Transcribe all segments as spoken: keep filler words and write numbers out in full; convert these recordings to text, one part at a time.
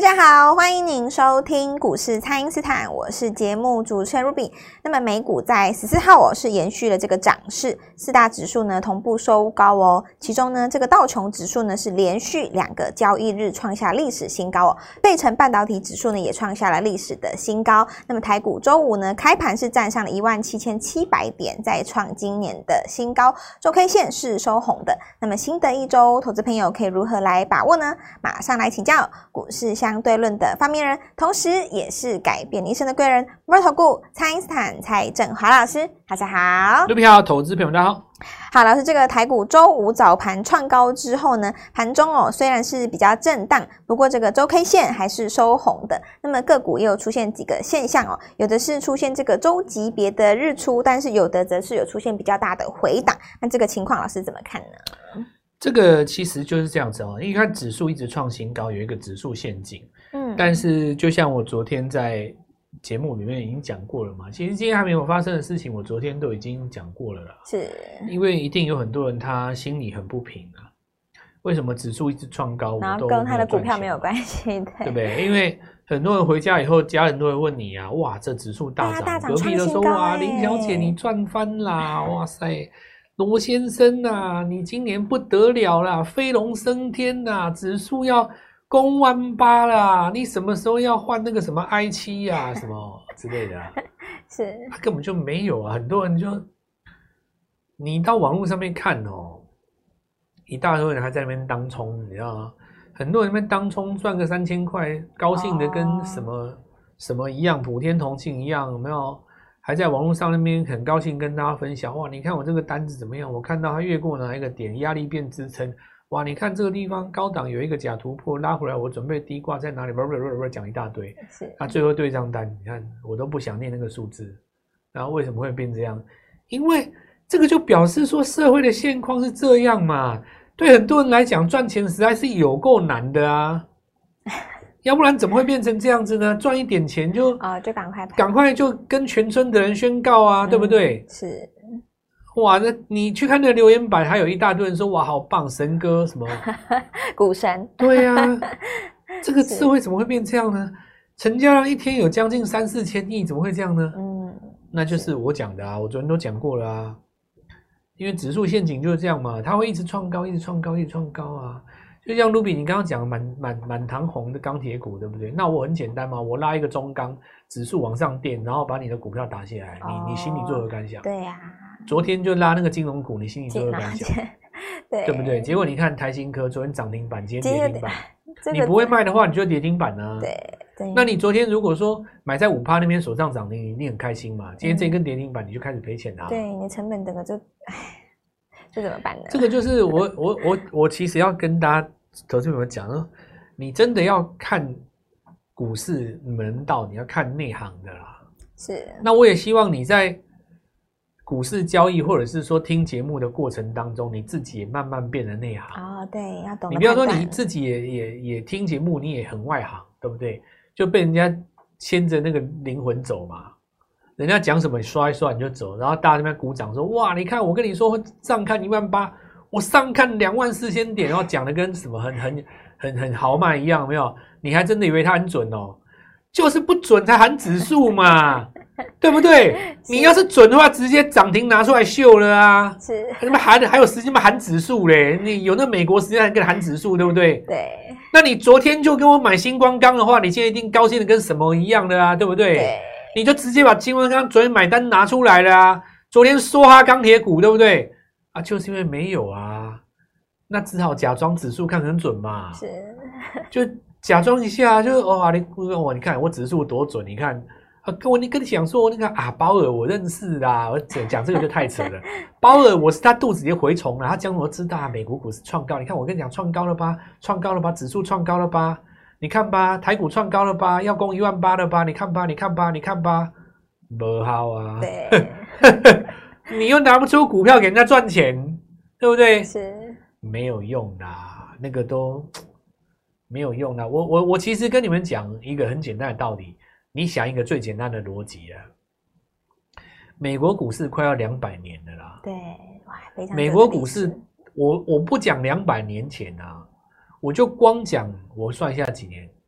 家好，欢迎您收听股市蔡因斯坦，我是节目主持人 Ruby。那么美股在十四号哦是延续了这个涨势，四大指数呢同步收高哦。其中呢这个道琼指数呢是连续两个交易日创下历史新高哦，费城半导体指数呢也创下了历史的新高。那么台股周五呢开盘是站上了一万七千七百点，再创今年的新高，周 K 线是收红的。那么新的一周，投资朋友可以如何来把握呢？马上来请教股市相对论的发明人，同时也是改变一生的贵人——摩尔投顾蔡因斯坦蔡正华老师，大家好。 卢平好，投资朋友大家好。 好，老师，这个台股周五早盘创高之后呢，盘中哦虽然是比较震荡，不过这个周 K 线还是收红的。那么个股也有出现几个现象哦，有的是出现这个周级别的日出，但是有的则是有出现比较大的回档。那这个情况，老师怎么看呢？ 这个其实就是这样子哦，因为看指数一直创新高，有一个指数陷阱。嗯，但是就像我昨天在节目里面已经讲过了嘛，其实今天还没有发生的事情，我昨天都已经讲过了啦。 是， 因为一定有很多人他心里很不平啊，为什么指数一直创高， 然后跟他的股票没有关系，对对不对？因为很多人回家以后，家人都会问你啊，哇，这指数大涨， 大涨隔壁都说哇，林小姐你赚翻啦，哇塞！罗先生啊，你今年不得了啦，飞龙升天啦，指数要攻万八啦，你什么时候要换那个什么 I 七 啊，什么之类的、啊？ 是， 他根本就没有啊，很多人就你到网络上面看哦，一大堆人还在那边当冲，你知道吗？很多人在那边当冲赚个三千块，高兴的跟什么、哦、什么一样，普天同庆一样，有没有？还在网络上那边很高兴跟大家分享，哇！你看我这个单子怎么样？我看到它越过哪一个点，压力变支撑，哇！你看这个地方高档有一个假突破拉回来，我准备低挂在哪里？不不不不，讲一大堆。是。啊，最后对账单，你看我都不想念那个数字，然后为什么会变这样？因为这个就表示说社会的现况是这样嘛。对很多人来讲，赚钱实在是有够难的啊。要不然怎么会变成这样子呢？赚一点钱就啊、哦，就赶快赶快就跟全村的人宣告啊，嗯、对不对？ 是， 哇，那你去看那个留言板，还有一大堆人说哇，好棒，神哥什么股神， 对啊，这个社会怎么会变这样呢？成交量一天有将近三四千亿，怎么会这样呢？嗯，那就是我讲的啊，我昨天都讲过了啊，因为指数陷阱就是这样嘛，它会一直创高，一直创高，一直创高啊。就像 Ruby 你刚刚讲满满满堂红的钢铁股，对不对？那我很简单嘛，我拉一个中钢指数往上垫，然后把你的股票打下来，哦、你你心里作何感想？ 对呀、啊， 昨天就拉那个金融股，你心里作何感想？ 对， 对不对？结果你看台新科昨天涨停板，今天跌停板，你不会卖的话，你就跌停板啊。 对对。 那你昨天如果说买在五趴那边手上涨停，你很开心嘛？今天这根跌停板你就开始赔钱啦、啊。 对，你成本整个就唉。这怎么办呢？ 这个就是我我我我其实要跟大家投资朋友讲说，你真的要看股市门道，你要看内行的啦。是。那我也希望你在股市交易或者是说听节目的过程当中，你自己也慢慢变得内行。 哦，对，要懂得。 你不要说你自己也也也听节目，你也很外行，对不对？就被人家牵着那个灵魂走嘛。人家讲什么你刷一刷你就走，然后大家在那边鼓掌说哇，你看我跟你说上看一万八，我上看两万四千点，然后讲的跟什么很很很很豪迈一样，没有？你还真的以为他很准哦？就是不准才喊指数嘛，对不对？你要是准的话，直接涨停拿出来秀了啊！是，他妈喊还有时间吗？喊指数嘞？你有那美国时间还跟喊指数，对不对？ 对。 那你昨天就跟我买星光钢的话，你现在一定高兴的跟什么一样的啊？对不对？对。你就直接把金光钢昨天买单拿出来了啊！昨天梭哈钢铁股对不对啊？就是因为没有啊，那只好假装指数看很准嘛，是，就假装一下，就哦，你哦，你看我指数多准，你看啊，跟我你跟你讲说那个啊，鲍尔我认识啦，我讲讲这个就太扯了。鲍尔我是他肚子里的蛔虫啦，他讲我知道啊，美国股市创高，你看我跟你讲创高了吧，创高了吧，指数创高了吧。你看吧，台股创高了吧，要攻一万八了吧？你看吧，你看吧，你看吧，不好啊！对，你又拿不出股票给人家赚钱，对不对？是，没有用啦，那个都没有用啦。我我我其实跟你们讲一个很简单的道理，你想一个最简单的逻辑啊，美国股市快要两百年了啦。 对，哇，非常。 美国股市，我我不讲两百年前啊。我就光讲，我算一下几年，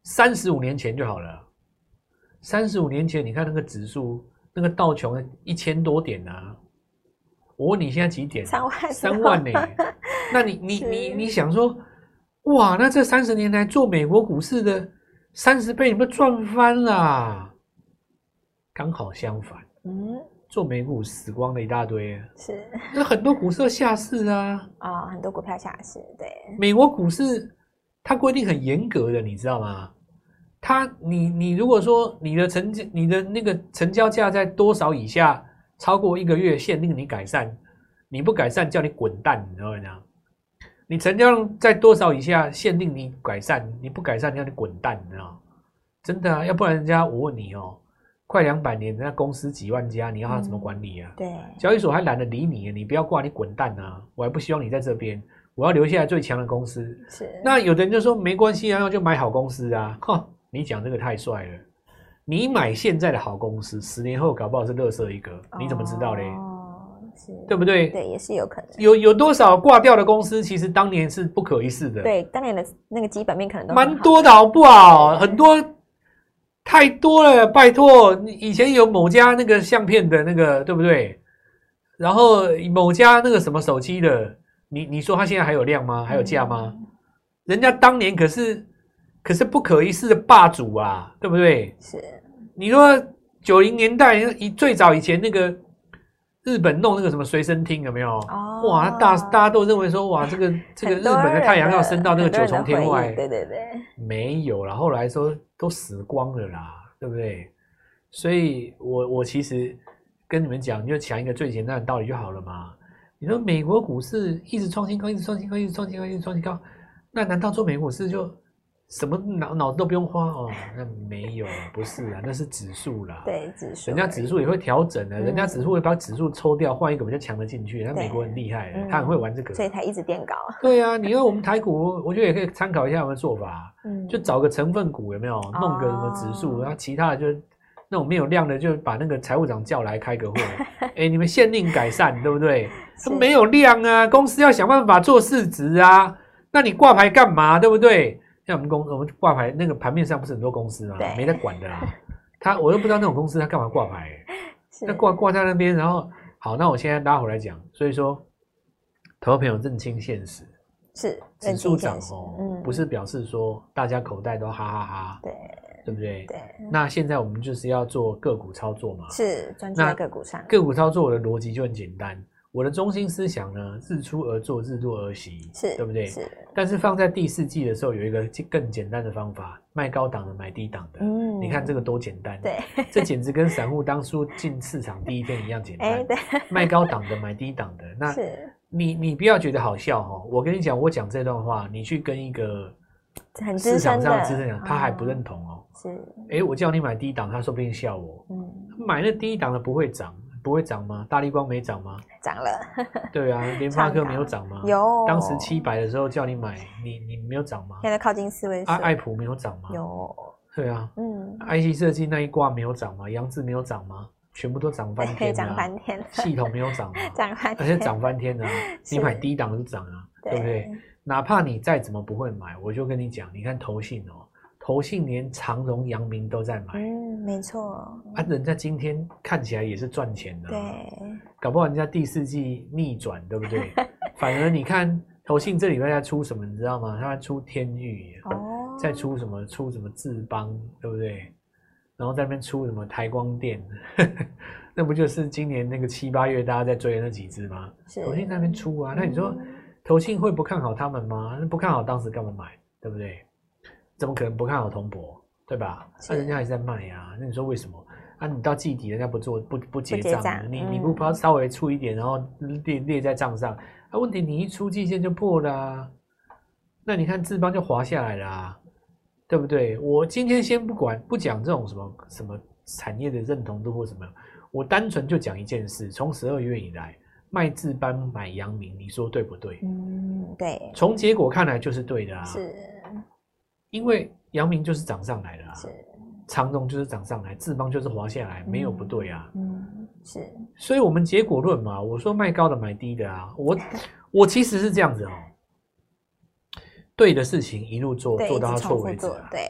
三十五年前就好了。三十五年前，你看那个指数，那个道琼一千多点啊。我问你现在几点？ 三万， 三万呢、欸？那你你你你想说，哇，那这三十年来做美国股市的三十倍，你们赚翻啦？刚好相反，嗯，做美股死光了一大堆， 是， 那很多股市都下市啊， 啊、哦，很多股票下市，对， 美国股市它规定很严格的，你知道吗？它你你如果说你的成你的那个成交价在多少以下？超过一个月限定你改善，你不改善叫你滚蛋，你知道吗？你成交量在多少以下限定你改善，你不改善叫你滚蛋，你知道吗？真的啊，要不然人家我问你哦，快两百年，人家公司几万家，你要他怎么管理啊？ 嗯、对， 交易所还懒得理你，你不要挂，你滚蛋啊！我还不希望你在这边，我要留下来最强的公司。 是，那有的人就说没关系啊，那就买好公司啊，哼，你讲这个太帅了。你买现在的好公司，十年后搞不好是垃圾一个，你怎么知道嘞？ 哦，是， 对不对？ 对，也是有可能。 有有多少挂掉的公司，其实当年是不可一世的。 对，当年的那个基本面可能都蛮多的，好不好？很多，太多了，拜托！以前有某家那个相片的那个，对不对？然后某家那个什么手机的，你你说他现在还有量吗？还有价吗？嗯、人家当年可是。可是不可一世的霸主啊，对不对？ 是。 你说九零年代以最早以前那个日本弄那个什么随身听有没有？哦、哇，大大家都认为说哇，这个这个日本的太阳要升到那个九重天外， 对对对， 没有啦，后来说都死光了啦，对不对？所以我我其实跟你们讲，你就讲一个最简单的道理就好了嘛。你说美国股市一直创新高，一直创新高，一直创新高，一直创新高，那难道做美国股市就？什么脑脑子都不用花哦？那没有，不是啊，那是指数啦。 对，指数， 人家指数也会调整的，嗯、人家指数会把指数抽掉，换一个比较强的进去。那美国很厉害、嗯，他很会玩这个， 所以才一直垫高。 对啊，你看我们台股，我觉得也可以参考一下我们的做法，嗯，就找个成分股有没有，弄个什么指数，哦、然后其他的就那种没有量的，就把那个财务长叫来开个会，哎、欸，你们限令改善，对不对？没有量啊，公司要想办法做市值啊，那你挂牌干嘛，对不对？像我们公我们挂牌那个盘面上不是很多公司吗？没在管的啦。他我都不知道那种公司他干嘛挂牌、欸，那挂挂在那边，然后好，那我现在拉回来讲，所以说，投资朋友认清现实， 是指数涨哦、嗯，不是表示说大家口袋都哈哈哈， 对对不对？ 对。 那现在我们就是要做个股操作嘛， 是专注在个股上。 个股操作我的逻辑就很简单。我的中心思想呢，日出而作，日落而息， 是， 对不对？ 是。 但是放在第四季的时候，有一个更简单的方法，卖高档的，买低档的。嗯，你看这个多简单。 对， 这简直跟散户当初进市场第一天一样简单。 哎，对， 卖高档的，买低档的。那是你你不要觉得好笑哦。我跟你讲，我讲这段话，你去跟一个市场上的资深讲，他还不认同哦。是，哎，我叫你买低档，他说不定笑我。嗯，买那低档的不会涨。不会涨吗？大立光没涨吗？ 涨了。 对啊，联发科没有涨吗？ 有。 当时七百的时候叫你买，你你没有涨吗？ 现在靠近四位数。 爱普没有涨吗？ 有。 对啊，嗯。I C 设计那一挂没有涨吗？扬智没有涨吗？全部都涨翻天、啊， 涨翻天。 系统没有涨吗？ 涨翻天， 而且涨翻天啊！你买低档就涨啊，对不对？哪怕你再怎么不会买，我就跟你讲，你看投信哦。投信连长荣、阳明都在买， 嗯，没错。 啊，人家今天看起来也是赚钱的、啊， 对， 搞不好人家第四季逆转，对不对？反而你看投信这礼拜在出什么，你知道吗？他在出天钰，哦，在出什么？出什么智邦，对不对？然后在那边出什么台光电，那不就是今年那个七八月大家在追的那几只吗？投信在那边出啊，那你说投信会不看好他们吗？不看好当时干嘛买，对不对？怎么可能不看好铜箔，对吧？那、啊、人家还是在卖呀、啊，那你说为什么？啊，你到季底人家不做不不结账，你你不怕稍微出一点，然后列列在账上？啊，问题你一出季线就破了、啊，那你看智邦就滑下来了、啊，对不对？我今天先不管不讲这种什么什么产业的认同度或什么，我单纯就讲一件事：从十二月以来卖智邦买阳明，你说对不对？ 嗯，对。 从结果看来就是对的啊。 是。 因为阳明就是涨上来了、啊，是长荣就是涨上来，智邦就是滑下来，没有不对啊。 嗯，嗯是。 所以我们结果论嘛，我说卖高的买低的啊，我我其实是这样子哦，对的事情一路做做到它错为止、啊。 对。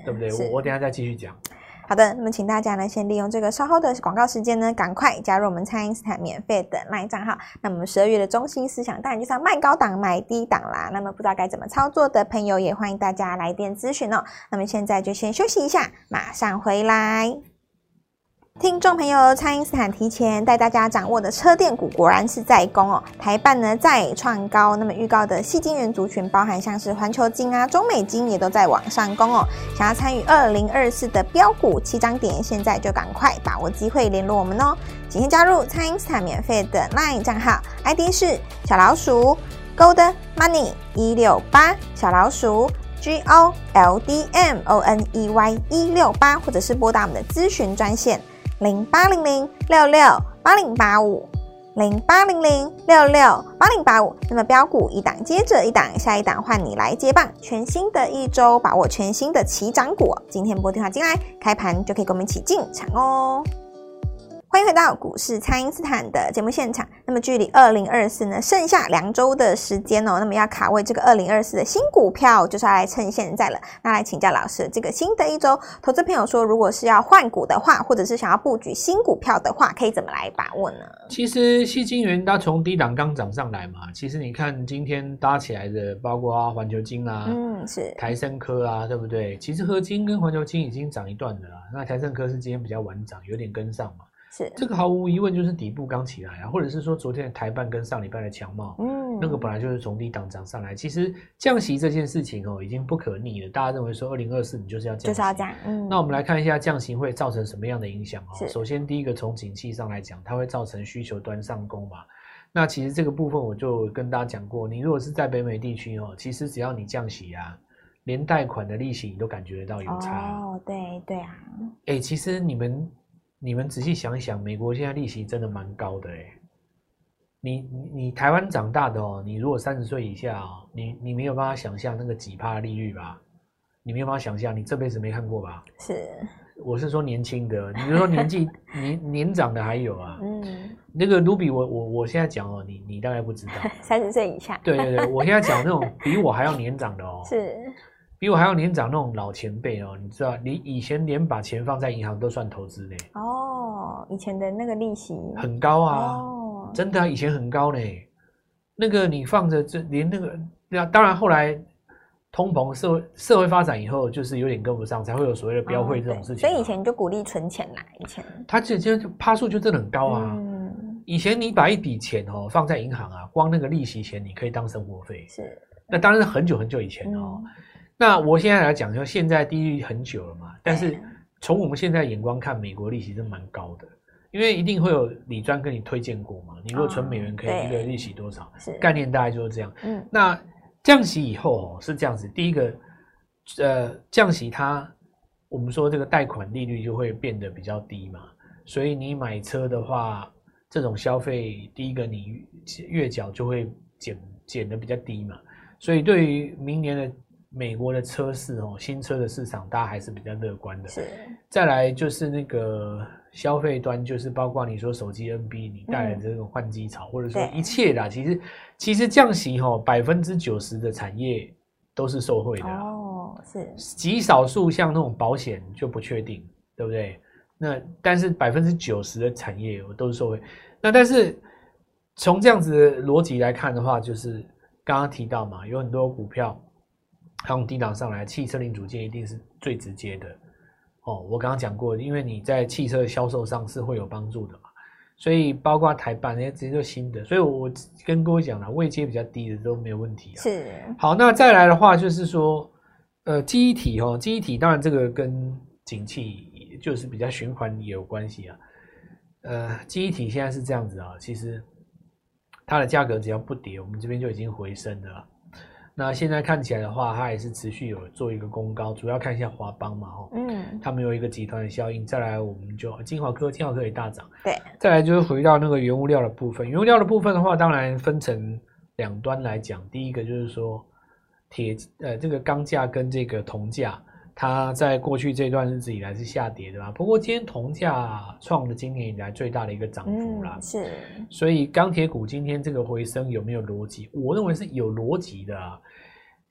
对不对？我我等一下再继续讲。 好的，那么请大家呢，先利用这个稍后的广告时间呢，赶快加入我们蔡因斯坦免费的 LINE 账号。那么十二月的中心思想当然就是要卖高档买低档啦。那么不知道该怎么操作的朋友，也欢迎大家来电咨询哦。那么现在就先休息一下，马上回来。听众朋友，蔡因斯坦提前带大家掌握的车电股果然是在攻哦，台半呢再创高，那么预告的矽晶圆族群，包含像是环球晶啊、中美晶也都在往上攻哦。想要参与二零二四的标股起涨点，现在就赶快把握机会联络我们哦。今天加入蔡因斯坦免费的 LINE 账号 ，I D 是小老鼠 Gold Money 一六八，小老鼠 G O L D M O N E Y 一六八，或者是拨打我们的咨询专线。零八零零六六八零八五，零八零零六六八零八五。那么标股一档接着一档，下一档换你来接棒。全新的一周，把握全新的起涨股。今天拨电话进来，开盘就可以跟我们一起进场哦。欢迎回到股市蔡因斯坦的节目现场。那么距离二零二四呢，剩下两周的时间哦。那么要卡位这个二零二四的新股票，就是要来趁现在了。那来请教老师，这个新的一周，投资朋友说，如果是要换股的话，或者是想要布局新股票的话，可以怎么来把握呢？ 其实矽晶圆它从低档刚涨上来嘛，其实你看今天搭起来的，包括环球晶啊， 嗯，是台胜科啊，对不对？其实合晶跟环球晶已经涨一段了啦，那台胜科是今天比较晚涨，有点跟上嘛。 是这个毫无疑问就是底部刚起来啊，或者是说昨天的台半跟上礼拜的强茂，嗯，那个本来就是从低档涨上来。其实降息这件事情哦，已经不可逆了。大家认为说二零二四你就是要降息， 就是要降。嗯， 那我们来看一下降息会造成什么样的影响哦。首先第一个从景气上来讲，它会造成需求端上攻嘛。那其实这个部分我就跟大家讲过，你如果是在北美地区哦，其实只要你降息啊，连贷款的利息你都感觉得到有差。 哦，对对啊。 哎，其实你们。你们仔细想一想，美国现在利息真的蛮高的哎。你你你台湾长大的哦，你如果三十岁以下哦，你你没有办法想象那个几趴的利率吧？你没有办法想象，你这辈子没看过吧？ 是， 我是说年轻的，你比如说年纪年年长的还有啊。 嗯， 那个卢比，我我我现在讲哦，你你大概不知道， 三十岁以下。 对对对，我现在讲那种比我还要年长的哦， 是。 比我还要年长那种老前辈哦，你知道，你以前连把钱放在银行都算投资嘞。 哦，以前的那个利息很高啊， 哦， 真的、啊，以前很高呢。那个你放着，这连那个，那当然后来通膨社会社会发展以后，就是有点跟不上，才会有所谓的标会这种事情、啊哦。 所以以前就鼓励存钱啦，以前它这这趴数就真的很高啊。嗯，以前你把一笔钱哦放在银行啊，光那个利息钱你可以当生活费。 是， 那当然是很久很久以前哦。嗯，那我现在来讲，就现在低利率很久了嘛，但是从我们现在眼光看，美国利息是蛮高的，因为一定会有理专跟你推荐过嘛。你如果存美元可以一个利息多少？哦、概念大概就是这样。嗯，那降息以后哦是这样子，第一个，呃，降息它我们说这个贷款利率就会变得比较低嘛，所以你买车的话，这种消费，第一个你月缴就会减减的比较低嘛，所以对于明年的美国的车市哦，新车的市场大家还是比较乐观的。是，再来就是那个消费端，就是包括你说手机 N B 你带来的这种换机潮，嗯、或者说一切啦，其实其实降息哈、哦，百分之九十的产业都是受惠的啦。哦，是极少数像那种保险就不确定，对不对？那但是百分之九十的产业都是受惠。那但是从这样子的逻辑来看的话，就是刚刚提到嘛，有很多股票。从低档上来，汽车零组件一定是最直接的哦。我刚刚讲过，因为你在汽车销售上是会有帮助的嘛，所以包括台半那些直接就新的，所以我跟各位讲了，位阶比较低的都没有问题啊。是，好，那再来的话就是说，呃，记忆体哦，记忆体当然这个跟景气就是比较循环也有关系啊。呃，记忆体现在是这样子啊，其实它的价格只要不跌，我们这边就已经回升了。那现在看起来的话，它也是持续有做一个攻高，主要看一下华邦嘛，哦，嗯，他们有一个集团的效应。再来，我们就金华科，金华科也大涨，对。再来就是回到那个原物料的部分，原物料的部分的话，当然分成两端来讲。第一个就是说铁呃这个钢价跟这个铜价，它在过去这段日子以来是下跌的吧？不过今天铜价创了今年以来最大的一个涨幅啦，嗯、是。所以钢铁股今天这个回升有没有逻辑？我认为是有逻辑的啊。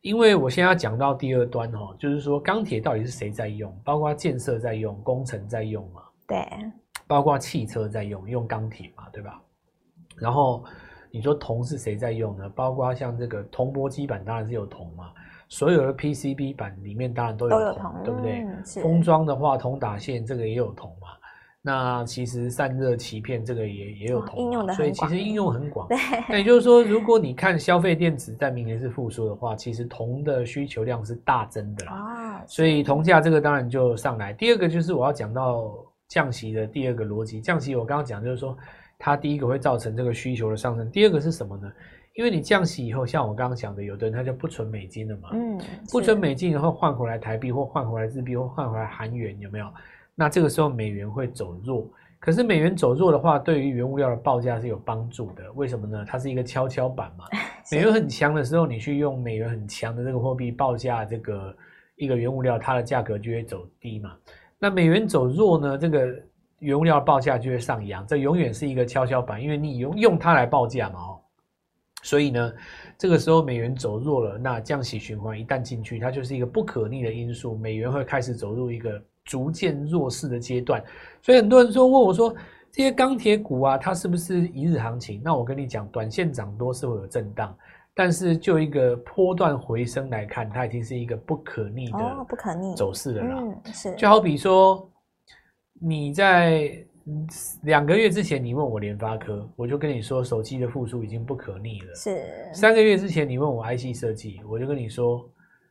因为我现在要讲到第二端哦，就是说钢铁到底是谁在用，包括建设在用，工程在用嘛， 对， 包括汽车在用，用钢铁嘛，对吧？然后你说铜是谁在用呢？包括像这个铜箔基板当然是有铜嘛，所有的 P C B 板里面当然都有 铜, 都有铜对不对？ 嗯、 封装的话，铜打线这个也有铜嘛。那其实散热鳍片这个也也有铜、哦， 应用的很广， 所以其实应用很广。 对， 那也就是说，如果你看消费电子在明年是复苏的话，其实铜的需求量是大增的啦。啊，所以铜价这个当然就上来。第二个就是我要讲到降息的第二个逻辑，降息我刚刚讲就是说，它第一个会造成这个需求的上升，第二个是什么呢？因为你降息以后，像我刚刚讲的，有的人他就不存美金了嘛，嗯，不存美金以后换回来台币或换回来日币或换回来韩元，有没有？那这个时候美元会走弱，可是美元走弱的话，对于原物料的报价是有帮助的。为什么呢？它是一个跷跷板嘛。美元很强的时候，你去用美元很强的这个货币报价这个一个原物料，它的价格就会走低嘛。那美元走弱呢，这个原物料的报价就会上扬，这永远是一个跷跷板，因为你用用它来报价嘛，哦。所以呢，这个时候美元走弱了，那降息循环一旦进去，它就是一个不可逆的因素，美元会开始走入一个逐渐弱势的阶段。所以很多人说问我说，这些钢铁股啊，它是不是一日行情？那我跟你讲，短线涨多是会有震荡，但是就一个波段回升来看，它已经是一个不可逆的哦，不可逆走势了啦。 嗯，是。 就好比说你在两个月之前你问我联发科，我就跟你说手机的复苏已经不可逆了。 是。 三个月之前你问我 I C 设计，我就跟你说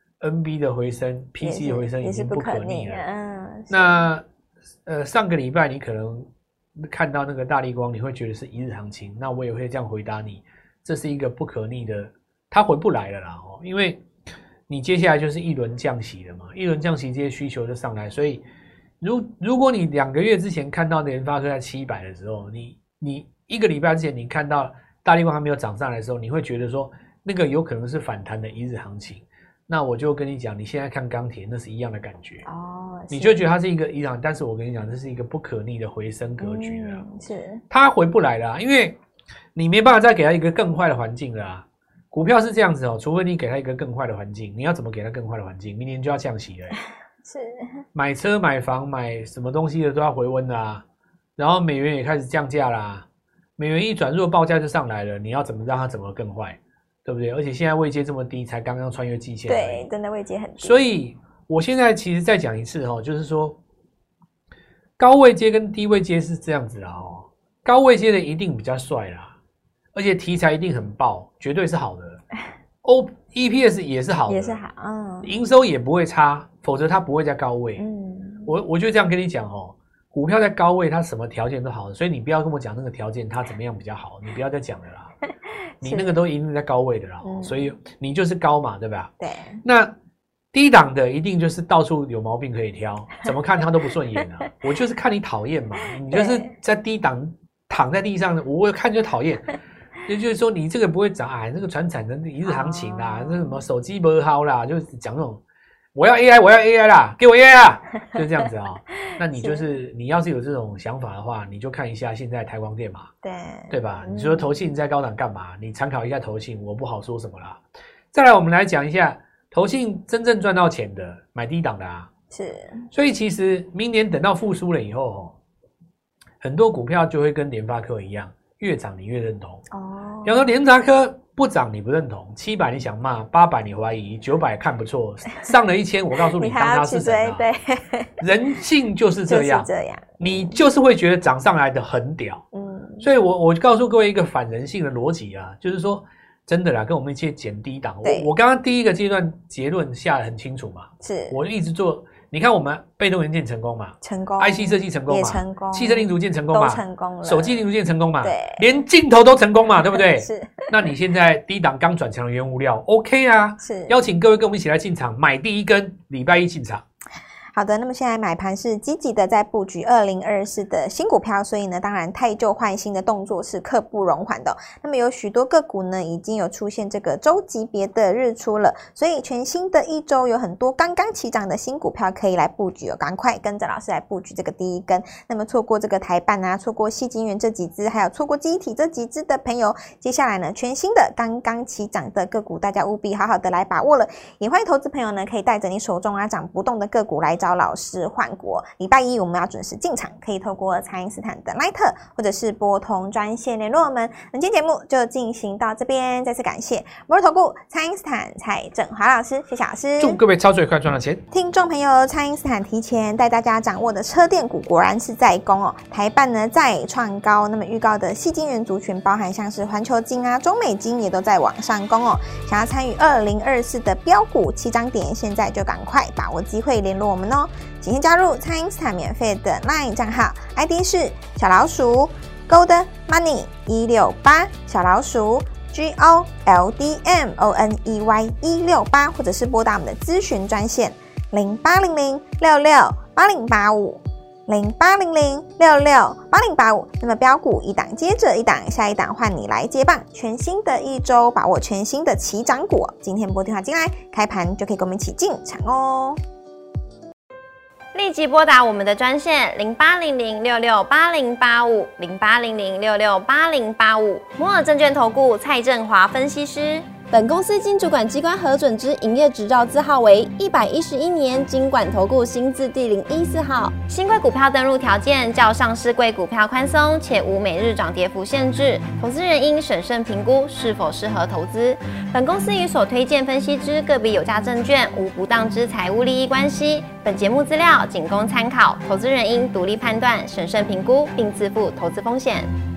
N B 的回升 P C 的回升已经不可逆了。嗯。那呃上个礼拜你可能看到那个大立光，你会觉得是一日行情，那我也会这样回答你，这是一个不可逆的，它回不来了啦哦，因为你接下来就是一轮降息了嘛，一轮降息这些需求就上来，所以。如如果你两个月之前看到联发科在七百的时候，你你一个礼拜之前你看到大立光还没有涨上来的时候，你会觉得说那个有可能是反弹的一日行情。那我就跟你讲，你现在看钢铁那是一样的感觉哦，你就觉得它是一个一样，但是我跟你讲，这是一个不可逆的回升格局了、嗯，是它回不来了、啊，因为你没办法再给它一个更坏的环境了、啊。股票是这样子哦，除非你给它一个更坏的环境，你要怎么给它更坏的环境？明年就要降息了、欸。是买车买房买什么东西的都要回温啦、啊，然后美元也开始降价啦，美元一转弱报价就上来了，你要怎么让它怎么更坏，对不对？而且现在位阶这么低，才刚刚穿越季线， 对，真的位阶很低。 所以我现在其实再讲一次哦，就是说高位阶跟低位阶是这样子啦哦，高位阶的一定比较帅啦，而且题材一定很爆，绝对是好的。O E P S 也是好的， 也是好，嗯， 营收也不会差，否则它不会在高位。嗯，我我就这样跟你讲哦，股票在高位，它什么条件都好的，所以你不要跟我讲那个条件它怎么样比较好，你不要再讲了啦。你那个都一定在高位的啦、嗯，所以你就是高嘛，对吧？对。那低档的一定就是到处有毛病可以挑，怎么看它都不顺眼啊。我就是看你讨厌嘛，你就是在低档躺在地上，我看就讨厌。也就是说，你这个不会涨，哎，那个传产的一日行情啦，那、oh. 什么手机不好啦，就讲那种，我要 A I， 我要 A I 啦，给我 A I 啦，就这样子啊、哦。那你就是你要是有这种想法的话，你就看一下现在台光电嘛，对对吧？你说投信在高档干嘛？你参考一下投信，我不好说什么啦。再来，我们来讲一下投信真正赚到钱的，买低档的啊。是，所以其实明年等到复苏了以后，很多股票就会跟联发科一样。越涨你越认同哦，比方说联发科不涨你不认同，七百你想骂，八百你怀疑，九百看不错，上了一千，我告诉你，当它是神啊！对，人性就是这样，就是这样，你就是会觉得涨上来的很屌，嗯，所以我我告诉各位一个反人性的逻辑啊，就是说真的啦，跟我们一起减低档，我我刚刚第一个阶段结论下得很清楚嘛，是我一直做。你看我们被动元件成功嘛？成功 ，I C 设计成功嘛？也成功，汽车零组件成功嘛？都成功了，手机零组件成功嘛？对，连镜头都成功嘛？对不对？是。那你现在低档刚转强的原物料 ，OK 啊？是。邀请各位跟我们一起来进场，买第一根，礼拜一进场。 好的，那么现在买盘是积极的在布局二零二四的新股票，所以呢，当然汰旧换新的动作是刻不容缓的、哦。那么有许多个股呢，已经有出现这个周级别的日出了，所以全新的一周有很多刚刚起涨的新股票可以来布局哦，赶快跟着老师来布局这个第一根。那么错过这个台半啊，错过矽晶圆这几只，还有错过记忆体这几只的朋友，接下来呢，全新的刚刚起涨的个股，大家务必好好的来把握了。也欢迎投资朋友呢，可以带着你手中啊涨不动的个股来找老师换股。礼拜一我们要准时进场，可以透过蔡因斯坦的 Line 或者是拨通专线联络我们。本期节目就进行到这边，再次感谢摩尔投顾蔡因斯坦蔡正华老师，谢谢老师。 祝各位操作快赚到钱！ 听众朋友，蔡因斯坦提前带大家掌握的车电股果然是在攻哦，台半呢再创高，那么预告的矽晶圆族群，包含像是环球晶啊、中美晶也都在往上攻哦。想要参与二零二四的标股起涨点，现在就赶快把握机会联络我们哦！请先加入蔡因斯坦免费的 LINE 账号 ，I D 是小老鼠 Gold Money 一六八，小老鼠 G O L D M O N E Y 一六八，或者是拨打我们的咨询专线零八零零六六八零八五。零八零零六六八零八五，那么标股一档接着一档，下一档换你来接棒，全新的一周把握全新的起涨股，今天拨电话进来，开盘就可以跟我们一起进场哦。 立即拨打我们的专线零八零零六六八零八五零八零零六六八零八五，摩尔证券投顾蔡正华分析师。 本公司经主管机关核准之营业执照字号为一百一十一年金管投顾新字第零一四号。 新贵股票登录条件较上市贵股票宽松，且无每日涨跌幅限制，投资人应审慎评估是否适合投资。本公司与所推荐分析之个别有价证券无不当之财务利益关系。本节目资料仅供参考，投资人应独立判断、审慎评估，并自负投资风险。